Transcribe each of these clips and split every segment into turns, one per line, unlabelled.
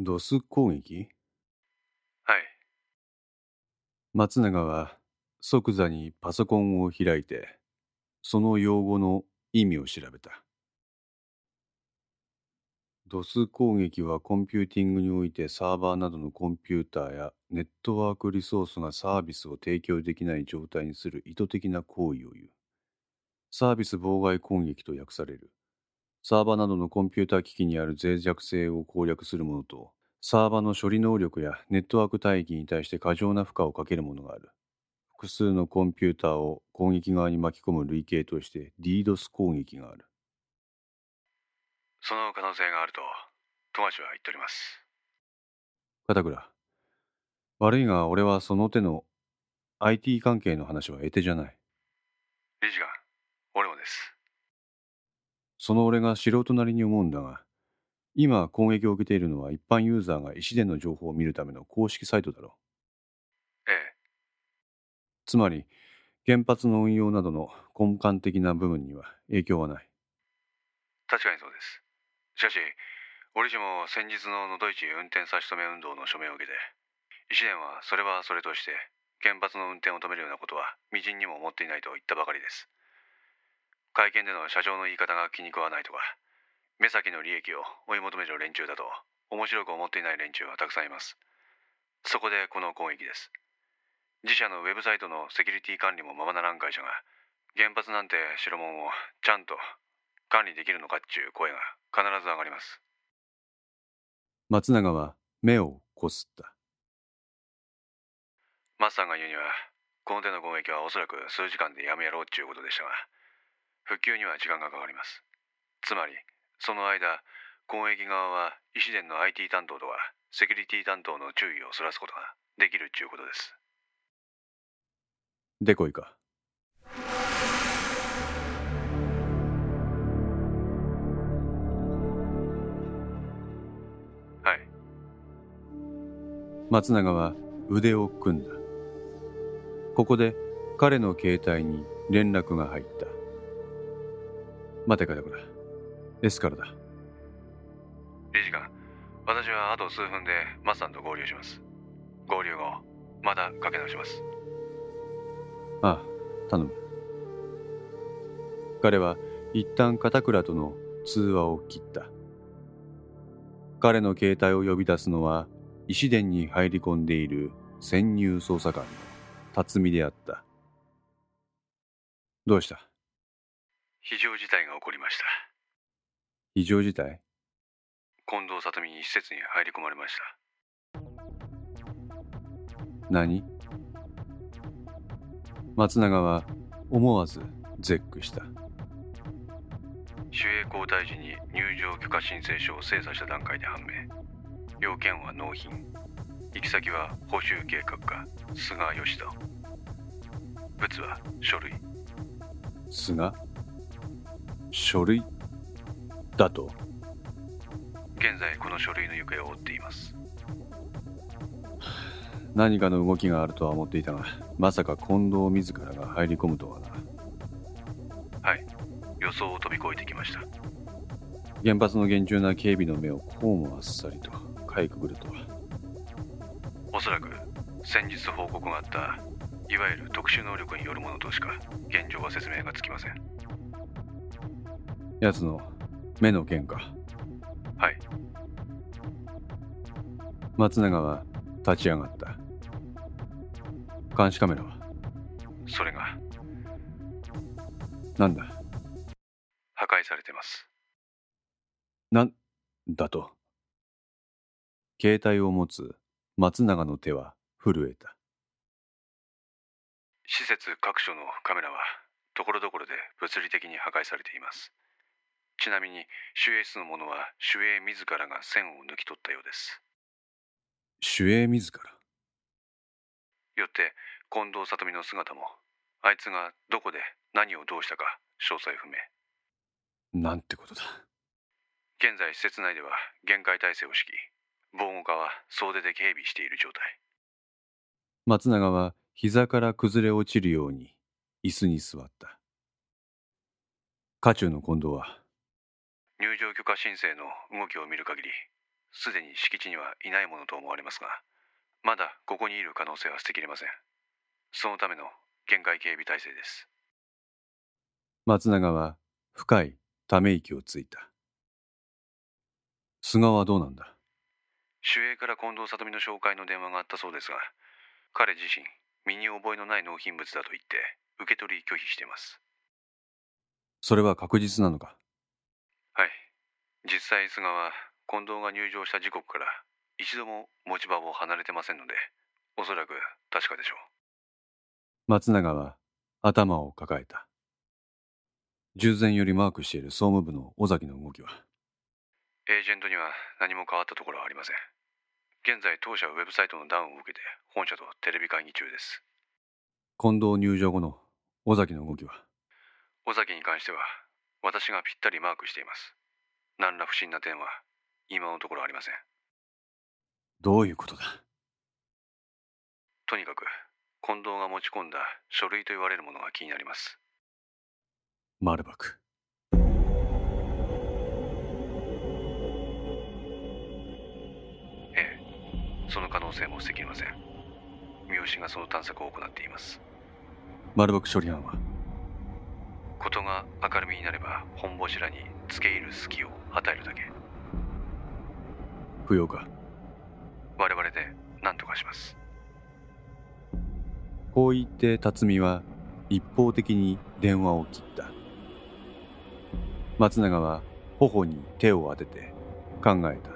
ドス攻撃？
はい。
松永は即座にパソコンを開いて、その用語の意味を調べた。ドス攻撃はコンピューティングにおいてサーバーなどのコンピューターやネットワークリソースがサービスを提供できない状態にする意図的な行為を言う。サービス妨害攻撃と訳される。サーバーなどのコンピューター機器にある脆弱性を攻略するものと、サーバーの処理能力やネットワーク帯域に対して過剰な負荷をかけるものがある。複数のコンピューターを攻撃側に巻き込む類型として DDoS 攻撃がある。
その可能性があると富樫は言っております。
片倉、悪いが俺はその手の IT 関係の話は得手じゃない。
理事官、俺もです。
その俺が素人なりに思うんだが、今攻撃を受けているのは一般ユーザーが石電の情報を見るための公式サイトだろう。
ええ。
つまり原発の運用などの根幹的な部分には影響はない。
確かにそうです。しかし折しも先日の能登市運転差し止め運動の署名を受けて、石電はそれはそれとして原発の運転を止めるようなことは微塵にも思っていないと言ったばかりです。会見での社長の言い方が気に食わないとか、目先の利益を追い求める連中だと面白く思っていない連中はたくさんいます。そこでこの攻撃です。自社のウェブサイトのセキュリティ管理もままならん会社が原発なんて代物をちゃんと管理できるのかっちゅう声が必ず上がります。
松永は目をこすった。
マスさんが言うには、この手の攻撃はおそらく数時間でやめやろうっちゅうことでしたが、復旧には時間がかかります。つまりその間、攻撃側は石電の IT 担当とかセキュリティ担当の注意をそらすことができるっちゅうことです。
でこいか。
はい。
松永は腕を組んだ。ここで彼の携帯に連絡が入った。待て片倉、Sからだ。
理事官、私はあと数分でマスさんと合流します。合流後またかけ直します。
ああ、頼む。彼は一旦片倉との通話を切った。彼の携帯を呼び出すのは石電に入り込んでいる潜入捜査官の辰巳であった。どうした？
非常事態が起こりました。
非常事態？
近藤里美に施設に入り込まれました。
何？松永は思わず絶句した。
守衛交代時に入場許可申請書を精査した段階で判明。要件は納品。行き先は補修計画課菅義人。物は書類。
菅？書類だと？
現在この書類の行方を追っています。
何かの動きがあるとは思っていたが、まさか近藤自らが入り込むとはな。
はい、予想を飛び越えてきました。
原発の厳重な警備の目をこうもあっさりとかいくぐるとは。
おそらく先日報告があったいわゆる特殊能力によるものとしか現状は説明がつきません。
奴の目の件か。
はい。
松永は立ち上がった。監視カメラは？
それが
なんだ？
破壊されてます。
なんだと？携帯を持つ松永の手は震えた。
施設各所のカメラはところどころで物理的に破壊されています。ちなみに守衛室の者は守衛自らが線を抜き取ったようです。
守衛自ら？
よって近藤里美の姿もあいつがどこで何をどうしたか詳細不明。
なんてことだ。
現在施設内では厳戒態勢を敷き、防護課は総出で警備している状態。
松永は膝から崩れ落ちるように椅子に座った。渦中の近藤は？
入場許可申請の動きを見る限り、 すでに敷地にはいないものと思われますが、まだここにいる可能性は捨てきれません。そのための厳戒警備体制です。
松永は深いため息をついた。菅はどうなんだ？
守衛から近藤里美の紹介の電話があったそうですが、彼自身身に覚えのない納品物だと言って受け取り拒否しています。
それは確実なのか？
はい。実際菅は近藤が入場した時刻から一度も持ち場を離れてませんので、おそらく確かでしょう。
松永は頭を抱えた。従前よりマークしている総務部の尾崎の動きは？
エージェントには何も変わったところはありません。現在当社はウェブサイトのダウンを受けて本社とテレビ会議中です。
近藤入場後の尾崎の動きは？
尾崎に関しては私がぴったりマークしています。何ら不審な点は今のところありません。
どういうことだ？
とにかく近藤が持ち込んだ書類と言われるものが気になります。
マルバク。
ええ、その可能性も捨てきれません。三好がその探索を行っています。
マルバク処理班は？
事が明るみになれば本柱に付け入る隙を与えるだけ。
不要か？
我々で何とかします。
こう言って辰巳は一方的に電話を切った。松永は頬に手を当てて考えた。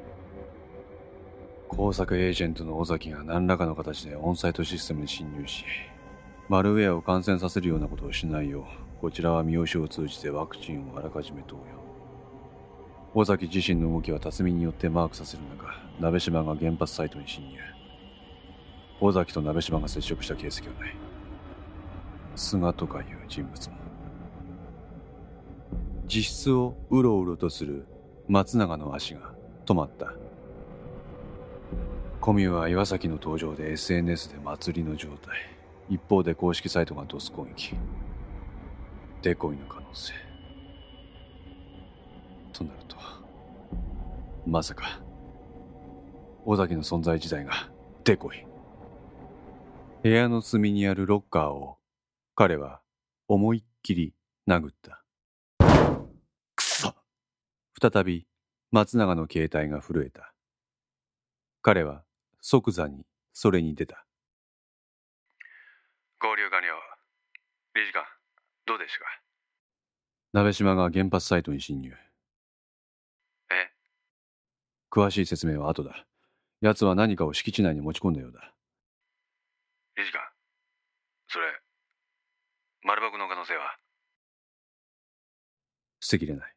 工作エージェントの尾崎が何らかの形でオンサイトシステムに侵入し、マルウェアを感染させるようなことをしないよう、こちらは三好を通じてワクチンをあらかじめ投与。尾崎自身の動きは辰巳によってマークさせる中、鍋島が原発サイトに侵入。尾崎と鍋島が接触した形跡はない。菅とかいう人物も。自室をうろうろとする松永の足が止まった。コミュは岩崎の登場で SNS で祭りの状態。一方で公式サイトがドス攻撃。デコイの可能性。となると、まさか尾崎の存在自体がデコイ。部屋の隅にあるロッカーを彼は思いっきり殴った。くそ！再び松永の携帯が震えた。彼は即座にそれに出た。
合流完了。理事官、どうでしたか？
鍋島が原発サイトに侵入。
え？
詳しい説明は後だ。奴は何かを敷地内に持ち込んだようだ。
理事官、それ丸爆の可能性は？
捨てきれない。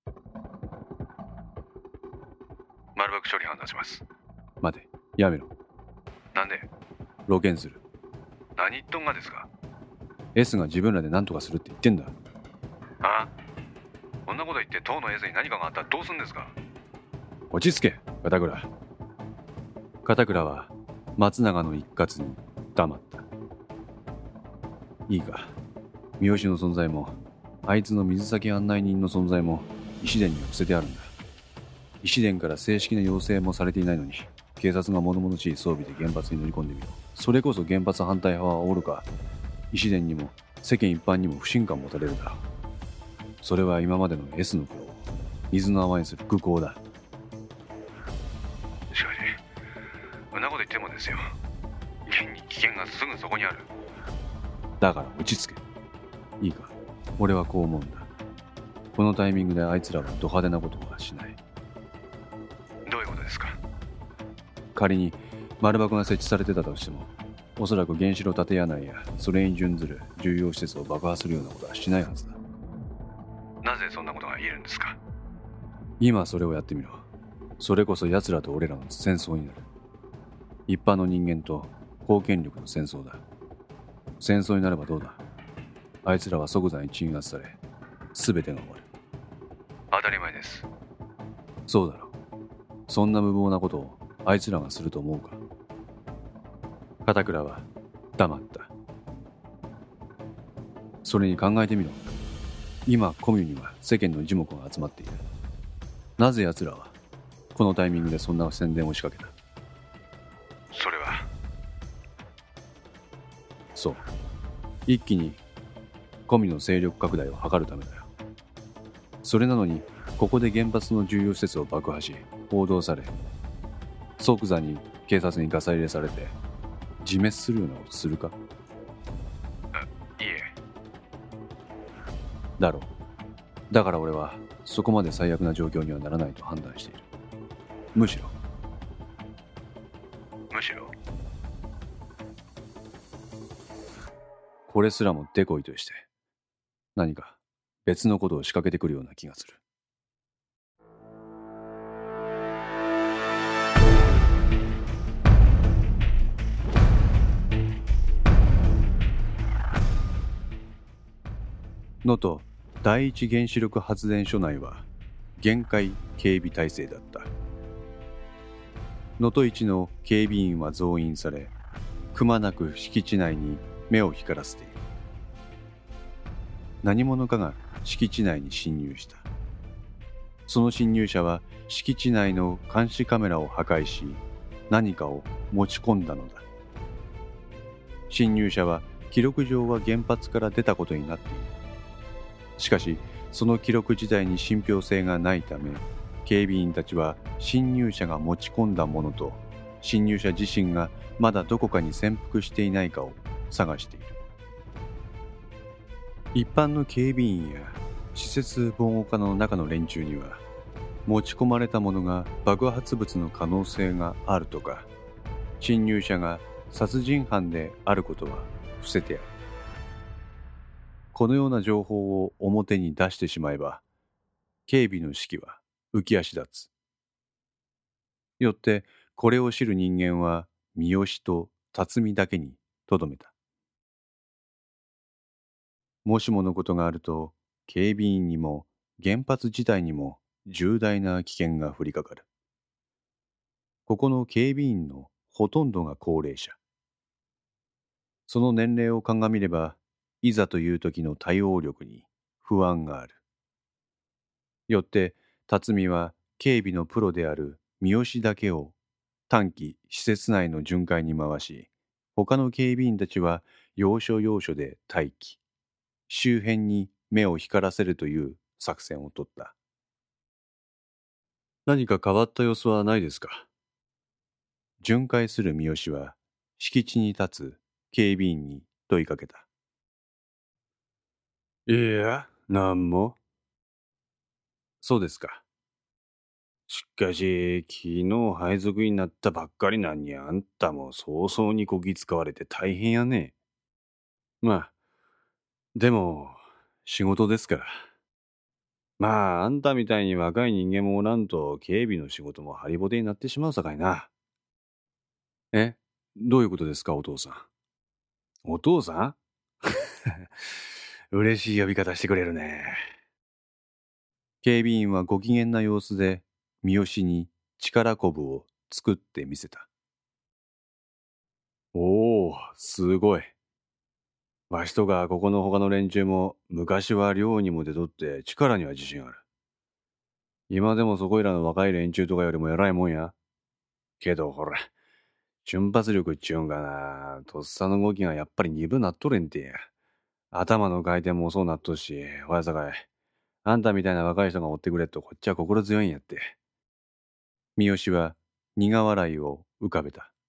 丸爆処理班出します。
待て、やめろ。
なんで？
露見する。
何言っとんがですか？
S が自分らで何とかするって言ってんだ。
ああ、こんなこと言って党の S に何かがあったらどうすんですか？
落ち着け、片倉。片倉は松永の一括に黙った。いいか、三好の存在もあいつの水先案内人の存在も石田には伏せてあるんだ。石田から正式な要請もされていないのに、警察が物々しい装備で原発に乗り込んでみろ。それこそ原発反対派はおるか、石田にも世間一般にも不信感を持たれるだろう。それは今までの S の苦労を水の泡にする愚行だ。
しかし、そんなこと言ってもですよ。現に危険がすぐそこにある。
だから落ち着け。いいか、俺はこう思うんだ。このタイミングであいつらはド派手なことはしない。
どういうことですか？
仮に丸爆が設置されてたとしても、おそらく原子炉建屋内やそれに準ずる重要施設を爆破するようなことはしないはずだ。
なぜそんなことが言えるんですか？
今それをやってみろ。それこそ奴らと俺らの戦争になる。一般の人間と公権力の戦争だ。戦争になればどうだ？あいつらは即座に鎮圧され、全てが終わる。
当たり前です。
そうだろう。そんな無謀なことをあいつらがすると思うか？片倉は黙った。それに考えてみろ。今コミュには世間の耳目が集まっている。なぜ奴らはこのタイミングでそんな宣伝を仕掛けた。
それは。
そう。一気にコミの勢力拡大を図るためだよ。それなのに、ここで原発の重要施設を爆破し、報道され、即座に警察にガサ入れされて、自滅するようなことするか？
いえ。
だろう。だから俺は、そこまで最悪な状況にはならないと判断している。むしろ。これすらもデコイとして、何か別のことを仕掛けてくるような気がする。能登第一原子力発電所内は厳戒警備体制だった。能登一の警備員は増員され、くまなく敷地内に目を光らせている。何者かが敷地内に侵入した。その侵入者は敷地内の監視カメラを破壊し、何かを持ち込んだのだ。侵入者は記録上は原発から出たことになっている。しかし、その記録自体に信憑性がないため、警備員たちは侵入者が持ち込んだものと、侵入者自身がまだどこかに潜伏していないかを探している。一般の警備員や施設防護課の中の連中には、持ち込まれたものが爆発物の可能性があるとか、侵入者が殺人犯であることは伏せてある。このような情報を表に出してしまえば、警備の指揮は浮き足立つ。よって、これを知る人間は三好と辰巳だけにとどめた。もしものことがあると、警備員にも原発自体にも重大な危険が降りかかる。ここの警備員のほとんどが高齢者。その年齢を鑑みれば、いざという時の対応力に不安がある。よって、辰巳は警備のプロである三好だけを短期施設内の巡回に回し、他の警備員たちは要所要所で待機、周辺に目を光らせるという作戦を取った。何か変わった様子はないですか？巡回する三好は敷地に立つ警備員に問いかけた。いや、なんも。そうですか。しかし、昨日配属になったばっかりなんにあんたも早々にこき使われて大変やね。まあ、でも、仕事ですから。まあ、あんたみたいに若い人間もおらんと警備の仕事もハリボテになってしまうさかいな。え、どういうことですか、お父さん。お父さん嬉しい呼び方してくれるね。警備員はご機嫌な様子で三好に力こぶを作ってみせた。おお、すごい。わしとかここの他の連中も昔は漁にも出とって力には自信ある。今でもそこいらの若い連中とかよりも偉いもんや。けどほら、瞬発力っちゅうんかな、とっさの動きがやっぱり鈍なっとれんてや。頭の回転もそうなっとし、おやさかい。あんたみたいな若い人が追ってくれとこっちは心強いんやって。三好は苦笑いを浮かべた。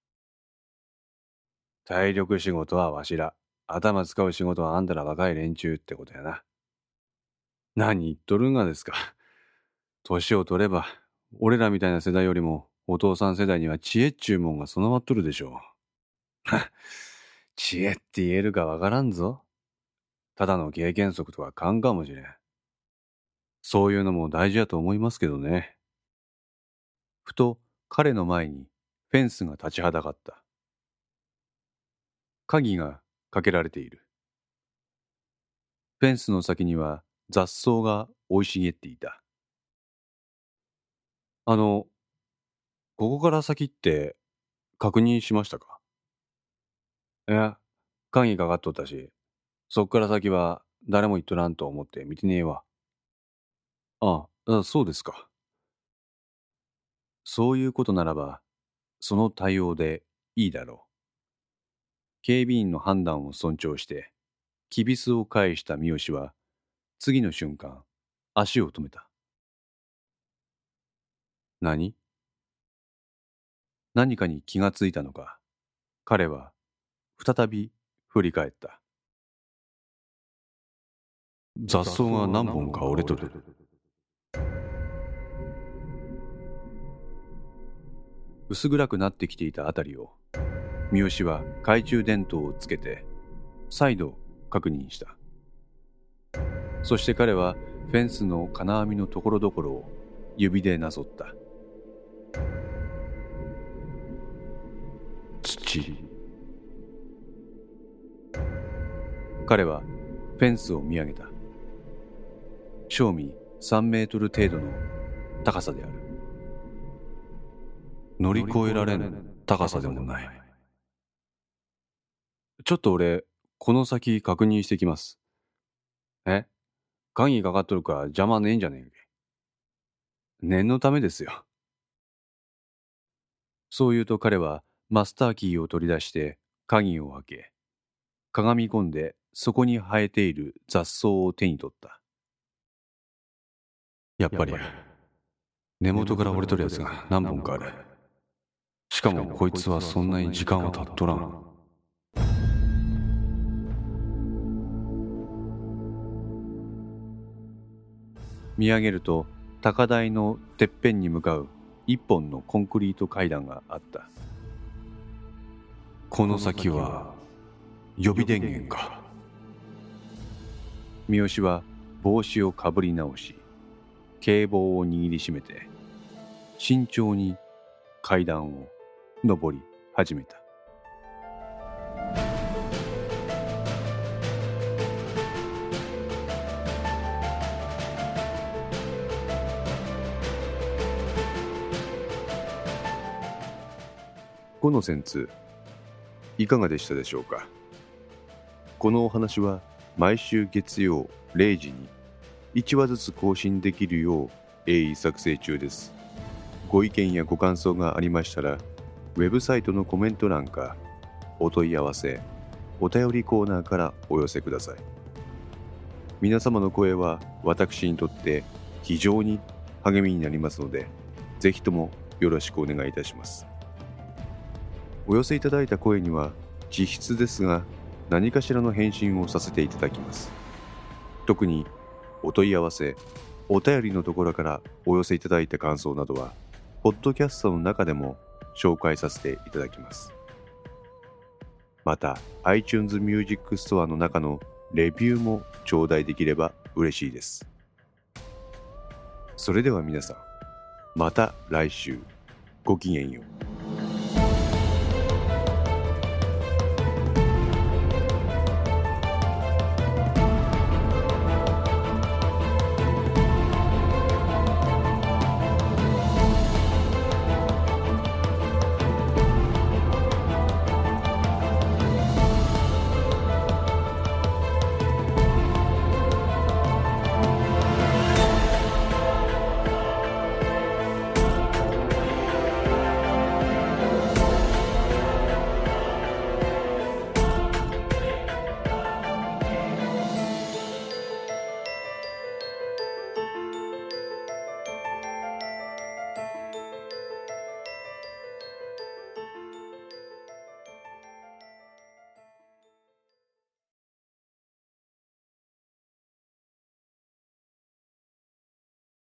体力仕事はわしら。頭使う仕事はあんたら若い連中ってことやな。何言っとるんがですか。年を取れば、俺らみたいな世代よりも、お父さん世代には知恵っちゅうもんが備わっとるでしょう。知恵って言えるかわからんぞ。ただの経験則とか勘かもしれん。そういうのも大事やと思いますけどね。ふと彼の前にフェンスが立ちはだかった。鍵がかけられている。フェンスの先には雑草が生い茂っていた。ここから先って確認しましたか？いや、鍵かかっとったし、そっから先は誰も言っとらんと思って見てねえわ。あ、そうですか。 そういうことならば、その対応でいいだろう。警備員の判断を尊重して、きびすを返した三好は、次の瞬間、足を止めた。何かに気がついたのか、彼は再び振り返った。雑草が何本か折れとる。薄暗くなってきていたあたりを、三好は懐中電灯をつけて、再度確認した。そして彼はフェンスの金網のところどころを指でなぞった。土。彼はフェンスを見上げた。正味3メートル程度の高さである。乗り越えられん高さでもない。ちょっと俺、この先確認してきます。鍵かかっとるから邪魔ねえんじゃねえか。念のためですよ。そう言うと彼はマスターキーを取り出して鍵を開け、かがみ込んでそこに生えている雑草を手に取った。やっぱり根元から折れとるやつが何本かある。しかもこいつはそんなに時間は経っとらん。見上げると高台のてっぺんに向かう一本のコンクリート階段があった。この先は予備電源か。三好は帽子をかぶり直し、警棒を握りしめて慎重に階段を上り始めた。この旋通いかがでしたでしょうか。このお話は毎週月曜0時に1話ずつ更新できるよう鋭意作成中です。ご意見やご感想がありましたら、ウェブサイトのコメント欄かお問い合わせ、お便りコーナーからお寄せください。皆様の声は私にとって非常に励みになりますので、ぜひともよろしくお願いいたします。お寄せいただいた声には実質ですが何かしらの返信をさせていただきます。特にお問い合わせ、お便りのところからお寄せいただいた感想などはポッドキャストの中でも紹介させていただきます。また iTunes Music Store の中のレビューも頂戴できれば嬉しいです。それでは皆さん、また来週ごきげんよう。